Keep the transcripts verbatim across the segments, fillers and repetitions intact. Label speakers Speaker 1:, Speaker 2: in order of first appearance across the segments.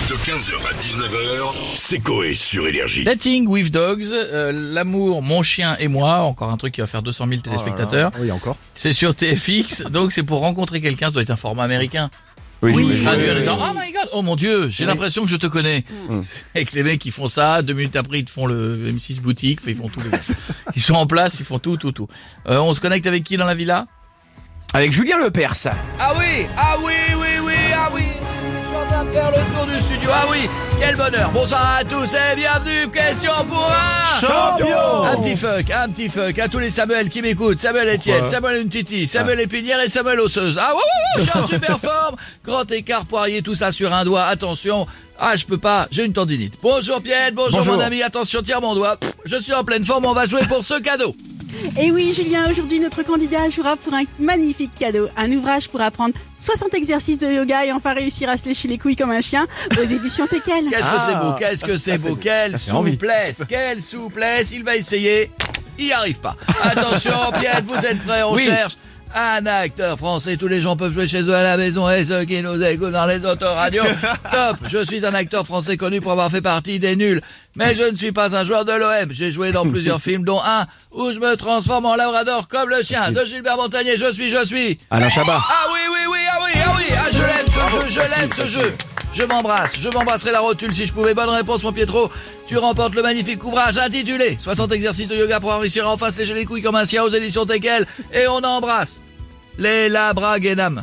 Speaker 1: De quinze heures à dix-neuf heures, c'est Coé sur Énergie.
Speaker 2: Dating with Dogs, euh, l'amour, mon chien et moi, encore un truc qui va faire deux cent mille téléspectateurs.
Speaker 3: Oh là là. Oui, encore.
Speaker 2: C'est sur T F X, donc c'est pour rencontrer quelqu'un, ça doit être un format américain.
Speaker 3: Oui,
Speaker 2: Oui,
Speaker 3: j'imagine.
Speaker 2: traduire en
Speaker 3: Oui,
Speaker 2: disant,
Speaker 3: oui,
Speaker 2: oh my god, oh mon dieu, j'ai
Speaker 3: Oui.
Speaker 2: l'impression que je te connais.
Speaker 3: Mm.
Speaker 2: Avec les mecs qui font ça, deux minutes après ils te font le M six boutique, ils font tout. Les... ils sont en place, ils font tout, tout, tout. Euh, on se connecte avec qui dans la villa?
Speaker 3: Avec Julien Lepers.
Speaker 2: Ah oui, ah oui, oui, oui, ah oui. Je suis en train de faire le tour du studio. Ah oui, quel bonheur. Bonsoir à tous et bienvenue. Question pour un
Speaker 3: Champion.
Speaker 2: Un petit fuck, un petit fuck à tous les Samuel qui m'écoutent. Samuel Etienne,
Speaker 3: Pourquoi
Speaker 2: Samuel Untiti, Samuel Épinière et Samuel Osseuse. Ah ouais, ouais, ouais, je suis en super forme. Grand écart poirier, tout ça sur un doigt. Attention. Ah, je peux pas, j'ai une tendinite. Bonjour Pierre, bonjour,
Speaker 3: Bonjour.
Speaker 2: mon ami. Attention, tire mon doigt. Pff, je suis en pleine forme, on va jouer pour ce cadeau.
Speaker 4: Et oui, Julien, aujourd'hui, notre candidat jouera pour un magnifique cadeau. Un ouvrage pour apprendre soixante exercices de yoga et enfin réussir à se lécher les couilles comme un chien aux éditions Tekel.
Speaker 2: Qu'est-ce
Speaker 3: Ah.
Speaker 2: que c'est beau, qu'est-ce que c'est beau, quelle
Speaker 3: fait envie.
Speaker 2: souplesse, quelle souplesse, il va essayer, il n'y arrive pas. Attention, Pierre, vous êtes prêts, on
Speaker 3: Oui.
Speaker 2: cherche un acteur français, tous les gens peuvent jouer chez eux à la maison et ceux qui nous écoutent dans les autoradios. Top, je suis un acteur français connu pour avoir fait partie des nuls, mais je ne suis pas un joueur de l'O M. J'ai joué dans plusieurs films, dont un où je me transforme en labrador comme le chien de Gilbert Montagnier. Je suis, je suis...
Speaker 3: Alain Chabat.
Speaker 2: Ah oui, oui, oui, ah oui, ah oui, ah je l'aime ce jeu, je l'aime ce jeu. Je m'embrasse, je m'embrasserai la rotule si je pouvais. Bonne réponse mon Pietro. Tu remportes le magnifique ouvrage intitulé soixante exercices de yoga pour réussir à en face léger les couilles comme un chien aux éditions Tekel. Et on embrasse les Labraguenam.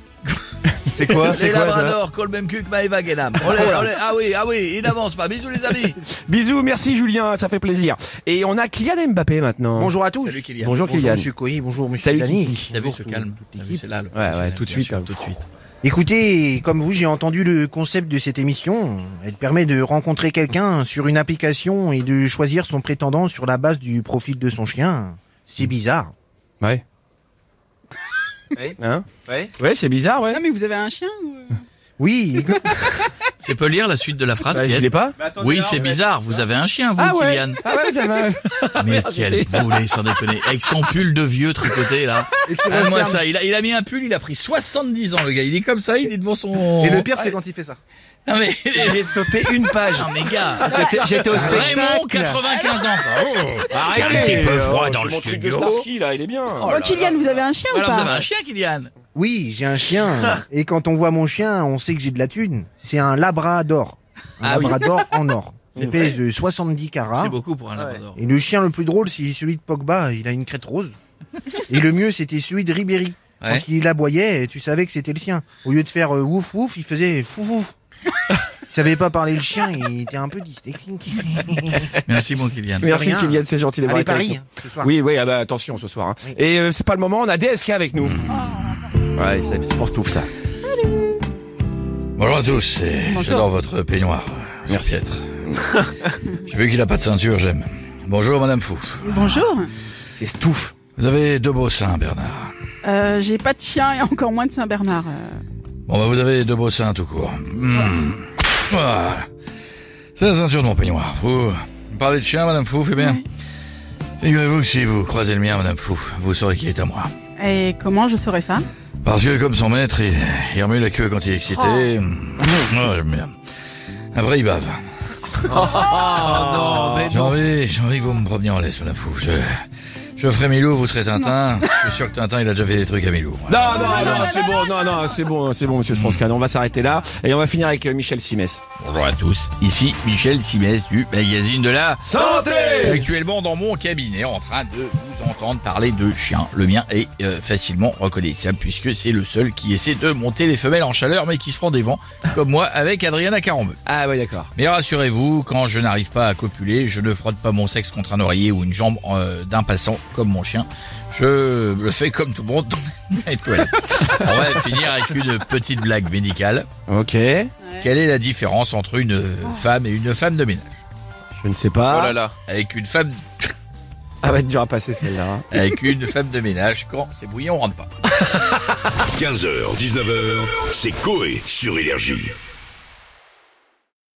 Speaker 3: C'est quoi,
Speaker 2: Les labradors, col même cul que Maëva Guénam. On les- on les- Ah oui, ah oui, il n'avance pas. Bisous les amis.
Speaker 3: Bisous, merci Julien, ça fait plaisir. Et on a Kylian Mbappé maintenant.
Speaker 5: Bonjour à tous.
Speaker 2: Salut Kylian.
Speaker 3: Bonjour
Speaker 5: Bonjour
Speaker 3: Kylian.
Speaker 5: Monsieur Coy, bonjour Monsieur
Speaker 3: Salut,
Speaker 5: Dany.
Speaker 3: Kiki.
Speaker 2: T'as vu
Speaker 5: Bonjour
Speaker 2: ce
Speaker 5: tout-
Speaker 2: calme?
Speaker 5: toute
Speaker 2: T'as vu,
Speaker 5: l'équipe.
Speaker 2: c'est là le
Speaker 3: Ouais, ouais,
Speaker 2: professionnel,
Speaker 3: tout de
Speaker 2: bien
Speaker 3: suite,
Speaker 2: sûr,
Speaker 3: hein.
Speaker 2: tout de suite.
Speaker 5: Écoutez, comme vous, j'ai entendu le concept de cette émission. Elle permet de rencontrer quelqu'un sur une application et de choisir son prétendant sur la base du profil de son chien. C'est bizarre.
Speaker 3: Ouais.
Speaker 5: Ouais.
Speaker 3: Hein?
Speaker 5: Ouais.
Speaker 3: Ouais, c'est bizarre, ouais.
Speaker 4: Non, mais vous avez un chien ou...
Speaker 5: Oui.
Speaker 2: Tu peux lire la suite de la phrase,
Speaker 3: Bah, je
Speaker 2: Pierre?
Speaker 3: l'ai pas.
Speaker 2: Oui, c'est bizarre. Vous avez un chien, vous,
Speaker 3: Ah ouais.
Speaker 2: Kylian.
Speaker 3: Ah ouais, vous avez un...
Speaker 2: Mais
Speaker 3: Merde,
Speaker 2: quel
Speaker 3: j'étais-
Speaker 2: boulet, sans déconner. Avec son pull de vieux tricoté, là. Ah, moi, ça, il a, il a mis un pull, il a pris soixante-dix ans, le gars. Il est comme ça, il est devant son...
Speaker 5: Et le pire, c'est quand il fait ça.
Speaker 2: Non, mais,
Speaker 3: J'ai sauté une page.
Speaker 2: non, mais gars.
Speaker 5: J'étais- J'étais au spectacle.
Speaker 2: Raymond, quatre-vingt-quinze ans, quoi. Oh.
Speaker 3: Arrêtez.
Speaker 2: Un petit peu froid
Speaker 3: Oh,
Speaker 2: dans
Speaker 3: c'est
Speaker 2: le
Speaker 3: mon truc de
Speaker 2: studio.
Speaker 3: Starsky, là, il est bien.
Speaker 2: Oh
Speaker 4: Oh,
Speaker 2: là
Speaker 4: Kylian,
Speaker 2: là.
Speaker 4: vous avez un chien
Speaker 2: Voilà,
Speaker 4: ou
Speaker 2: vous
Speaker 4: pas
Speaker 2: avez un chien, Kylian.
Speaker 5: Oui, j'ai un chien. Et quand on voit mon chien, on sait que j'ai de la thune. C'est un labrador. Un
Speaker 2: Ah oui.
Speaker 5: labrador en or. Il pèse de soixante-dix carats.
Speaker 2: C'est beaucoup pour un labrador.
Speaker 5: Et le chien le plus drôle, c'est celui de Pogba. Il a une crête rose. Et le mieux, c'était celui de Ribéry.
Speaker 2: Ouais.
Speaker 5: Quand il aboyait, tu savais que c'était le sien. Au lieu de faire euh, ouf ouf, il faisait fouf ouf. Il savait pas parler le chien, il était un peu dyslexique.
Speaker 2: Merci, mon Kylian.
Speaker 3: Merci
Speaker 5: rien.
Speaker 3: Kylian, c'est gentil d'avoir
Speaker 5: Allez,
Speaker 3: été avec
Speaker 5: Paris,
Speaker 3: nous.
Speaker 5: ce soir.
Speaker 3: Oui, oui, ah bah, attention ce soir. Hein.
Speaker 5: Oui.
Speaker 3: Et euh, c'est pas le moment, on a D S K avec nous. Ouais, c'est c'est pour tout ça.
Speaker 2: Bonjour à tous, et
Speaker 4: Bonjour.
Speaker 2: j'adore votre peignoir.
Speaker 3: Merci.
Speaker 2: Piètre. J'ai vu qu'il a pas de ceinture, j'aime. Bonjour, Madame Fou.
Speaker 4: Bonjour.
Speaker 3: C'est Stouff.
Speaker 2: Vous avez deux beaux seins, Bernard.
Speaker 4: Euh, j'ai pas de chien et encore moins de Saint-Bernard. euh.
Speaker 2: Bon, bah, vous avez deux beaux seins tout court. Mmh. Voilà. C'est la ceinture de mon peignoir. Vous parlez de chien, Madame Fou, fait bien.
Speaker 4: Ouais.
Speaker 2: Figurez-vous que si vous croisez le mien, Madame Fou, vous saurez qu'il est à moi.
Speaker 4: Et comment je saurais ça?
Speaker 2: Parce que, comme son maître, il, il remue la queue quand il est excité. Oh, j'aime bien. Après, il bave.
Speaker 5: Oh non, mais
Speaker 2: J'ai envie, j'ai envie que vous me promeniez en laisse, Madame Fou. Je, je ferai Milou, vous serez Tintin. Je suis sûr que Tintin, il a déjà fait des trucs à Milou.
Speaker 3: Non, non, non, c'est bon, non, non, c'est bon, c'est bon, monsieur Strauss-Kahn. On va s'arrêter là et on va finir avec euh, Michel Simès.
Speaker 2: Bonjour à tous, ici Michel Simès du magazine de la
Speaker 3: Santé.
Speaker 2: Actuellement dans mon cabinet en train de vous entendre parler de chien. Le mien est euh, facilement reconnaissable puisque c'est le seul qui essaie de monter les femelles en chaleur mais qui se prend des vents comme moi avec Adriana Carambeu.
Speaker 3: Ah ouais, d'accord.
Speaker 2: Mais rassurez-vous, quand je n'arrive pas à copuler, je ne frotte pas mon sexe contre un oreiller ou une jambe euh, d'un passant comme mon chien. Je le fais comme tout le monde dans les toilettes. On va finir avec une petite blague médicale.
Speaker 3: Ok.
Speaker 2: Quelle est la différence entre une femme et une femme de ménage?
Speaker 3: Je ne sais pas.
Speaker 5: Oh là là.
Speaker 2: Avec une femme,
Speaker 3: Ah va être dur à passer celle-là. hein.
Speaker 2: avec une femme de ménage, quand c'est bouillant, on rentre pas.
Speaker 1: quinze heures, dix-neuf heures, c'est Coé sur Énergie.